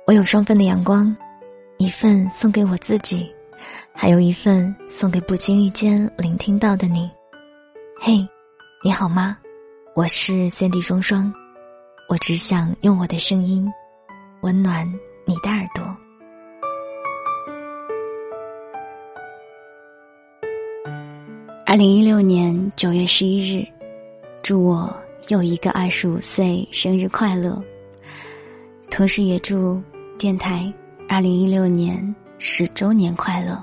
我有双份的阳光，一份送给我自己，还有一份送给不经意间聆听到的你。嘿，你好吗？我是Sandy双双，我只想用我的声音温暖你的耳朵。2016年9月11日，祝我又一个25岁生日快乐，同时也祝电台2016年10周年快乐。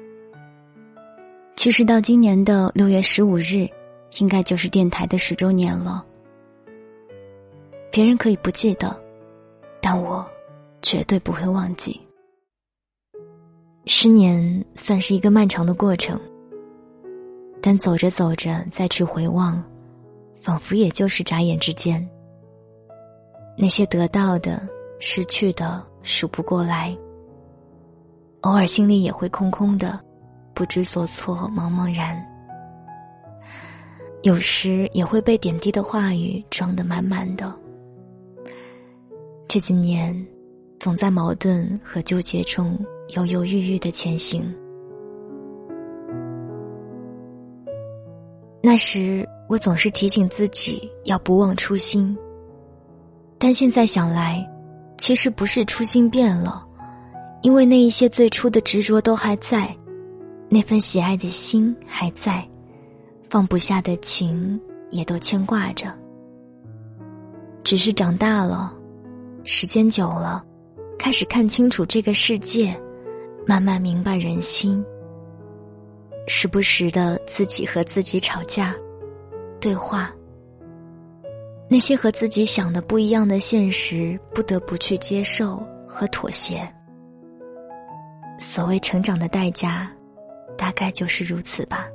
其实到今年的6月15日，应该就是电台的10周年了。别人可以不记得，但我绝对不会忘记。10年算是一个漫长的过程，但走着走着再去回望，仿佛也就是眨眼之间。那些得到的、失去的数不过来，偶尔心里也会空空的，不知所措，茫茫然。有时也会被点滴的话语装得满满的。这几年总在矛盾和纠结中犹犹豫豫地前行。那时我总是提醒自己要不忘初心，但现在想来，其实不是初心变了，因为那一些最初的执着都还在，那份喜爱的心还在，放不下的情也都牵挂着。只是长大了，时间久了，开始看清楚这个世界，慢慢明白人心。时不时的自己和自己吵架对话，那些和自己想的不一样的现实，不得不去接受和妥协。所谓成长的代价，大概就是如此吧。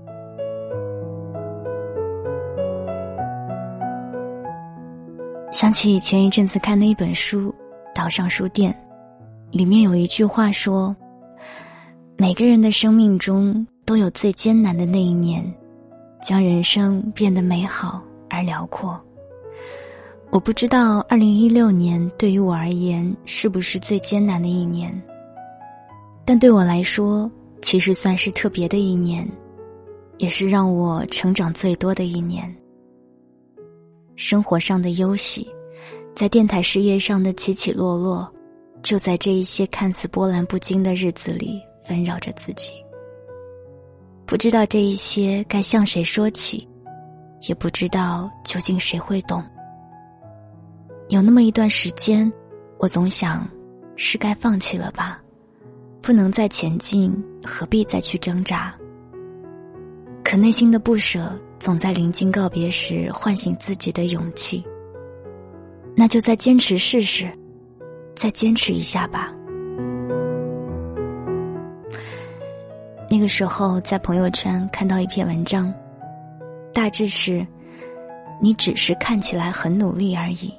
想起以前一阵子看的一本书《岛上书店》，里面有一句话说，每个人的生命中都有最艰难的那一年，将人生变得美好而辽阔。我不知道2016年对于我而言是不是最艰难的一年，但对我来说其实算是特别的一年，也是让我成长最多的一年。生活上的忧喜，在电台事业上的起起落落，就在这一些看似波澜不惊的日子里纷扰着自己。不知道这一些该向谁说起，也不知道究竟谁会懂。有那么一段时间，我总想，是该放弃了吧，不能再前进，何必再去挣扎？可内心的不舍总在临近告别时唤醒自己的勇气，那就再坚持试试，再坚持一下吧。那个时候在朋友圈看到一篇文章，大致是你只是看起来很努力而已。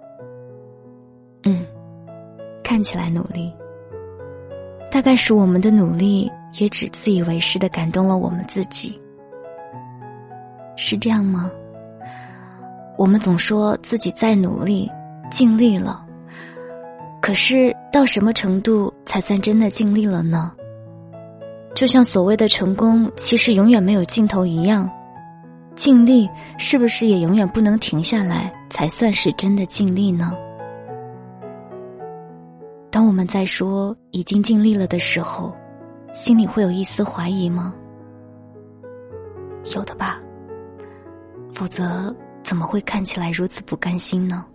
看起来努力，大概是我们的努力也只自以为是地感动了我们自己。是这样吗？我们总说自己在努力，尽力了，可是到什么程度才算真的尽力了呢？就像所谓的成功其实永远没有尽头一样，尽力是不是也永远不能停下来才算是真的尽力呢？当我们在说已经尽力了的时候，心里会有一丝怀疑吗？有的吧，否则怎么会看起来如此不甘心呢？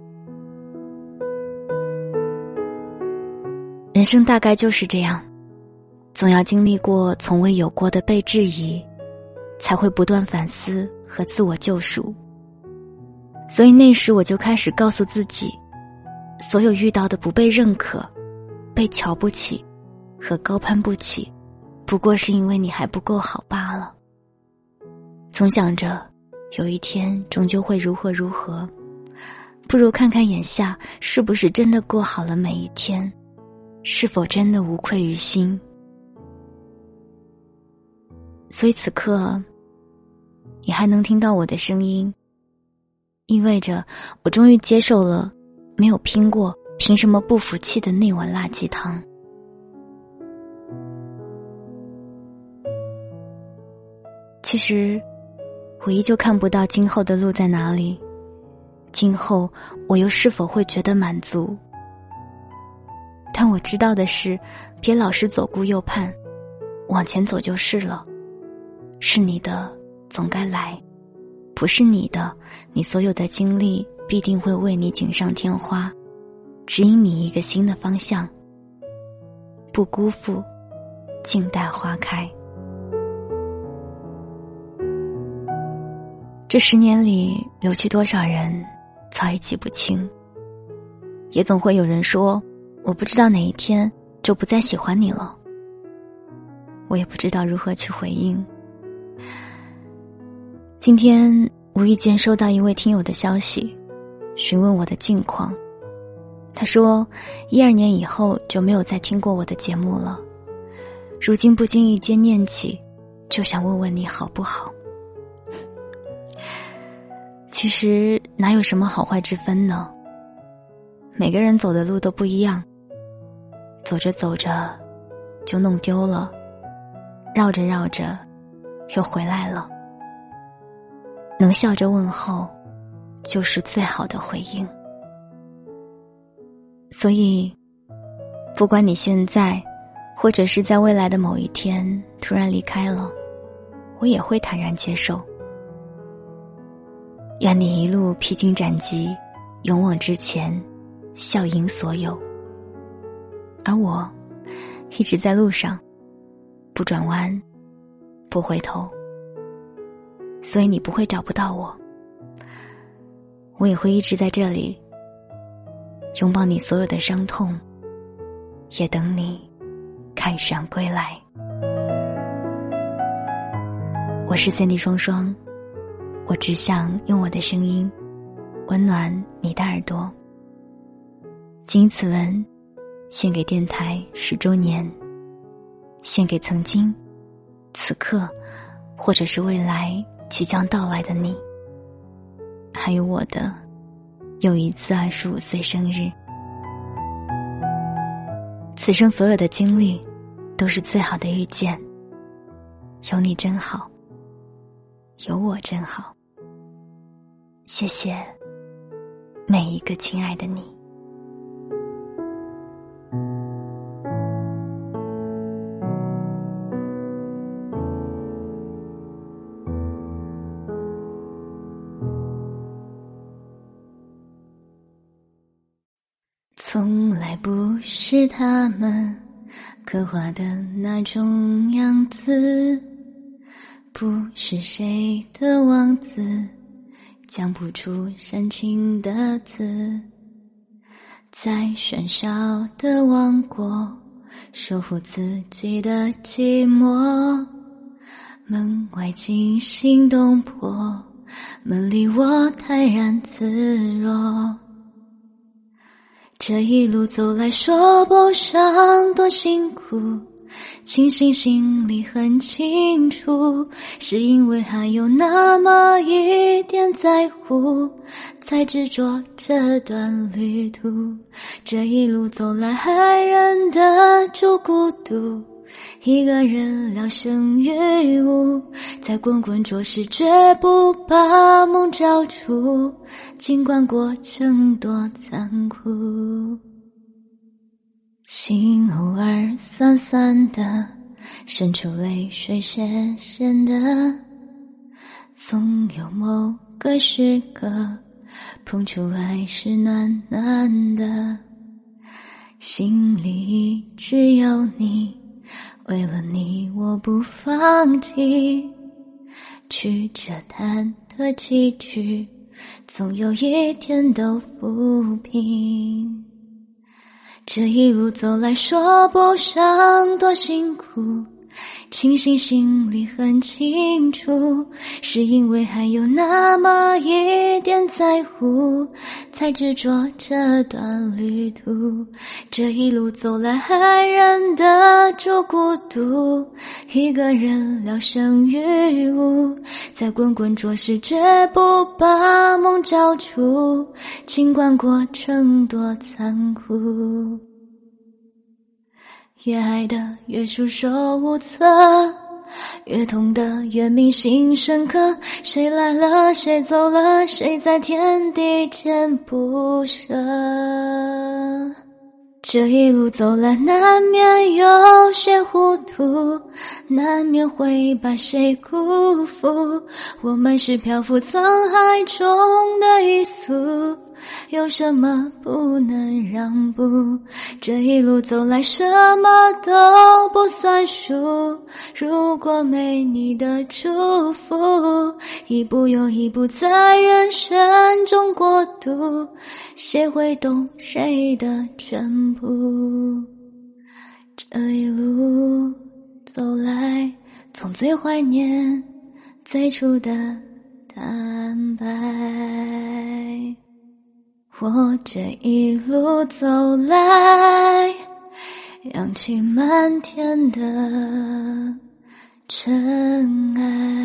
人生大概就是这样，总要经历过从未有过的被质疑，才会不断反思和自我救赎。所以那时我就开始告诉自己，所有遇到的不被认可、被瞧不起和高攀不起，不过是因为你还不够好罢了。总想着有一天终究会如何如何，不如看看眼下是不是真的过好了每一天，是否真的无愧于心。所以此刻你还能听到我的声音，意味着我终于接受了没有拼过凭什么不服气的那碗辣鸡汤？其实我依旧看不到今后的路在哪里，今后我又是否会觉得满足？但我知道的是，别老是左顾右盼，往前走就是了。是你的总该来，不是你的，你所有的经历必定会为你锦上添花，指引你一个新的方向。不辜负，静待花开。这10年里流去多少人，早已记不清。也总会有人说，我不知道哪一天就不再喜欢你了。我也不知道如何去回应。今天无意间收到一位听友的消息，询问我的近况。他说12年以后就没有再听过我的节目了，如今不经意间念起，就想问问你好不好。其实哪有什么好坏之分呢？每个人走的路都不一样，走着走着就弄丢了，绕着绕着又回来了。能笑着问候，就是最好的回应。所以不管你现在或者是在未来的某一天突然离开了，我也会坦然接受。愿你一路披荆斩棘，勇往直前，笑迎所有。而我一直在路上，不转弯，不回头。所以你不会找不到我，我也会一直在这里，拥抱你所有的伤痛，也等你凯旋归来。我是Sandy双双，我只想用我的声音温暖你的耳朵。今此文献给电台10周年，献给曾经、此刻或者是未来即将到来的你，还有我的又一次25岁生日。此生所有的经历都是最好的遇见，有你真好，有我真好。谢谢每一个亲爱的你。从来不是他们刻画的那种样子，不是谁的王子讲不出煽情的字，在喧嚣的王国守护自己的寂寞，门外惊心动魄，门里我泰然自若。这一路走来说不上多辛苦，庆幸心里很清楚，是因为还有那么一点在乎，才执着这段旅途。这一路走来还忍得住孤独，一个人聊胜于无，在滚滚浊世绝不把梦交出，尽管过程多残酷。心偶尔酸酸的，渗出泪水咸咸的，总有某个时刻碰触爱是暖暖的，心里只有你，为了你我不放弃，曲折弹的几句，总有一天都抚平。这一路走来说不上多辛苦，庆幸心里很清楚，是因为还有那么一点在乎，才太执着这段旅途，这一路走来还忍得住孤独，一个人聊胜于无，在滚滚浊世绝不把梦交出，尽管过程多残酷。越爱的越束手无策，越痛的越铭心深刻，谁来了谁走了，谁在天地间不舍。这一路走来难免有些糊涂，难免会把谁辜负，我们是漂浮沧海中的一粟，有什么不能让步？这一路走来什么都不算数，如果没你的祝福，一步又一步在人生中过渡，谁会懂谁的全部？这一路走来，从最怀念最初的坦白。我这一路走来，扬起满天的尘埃。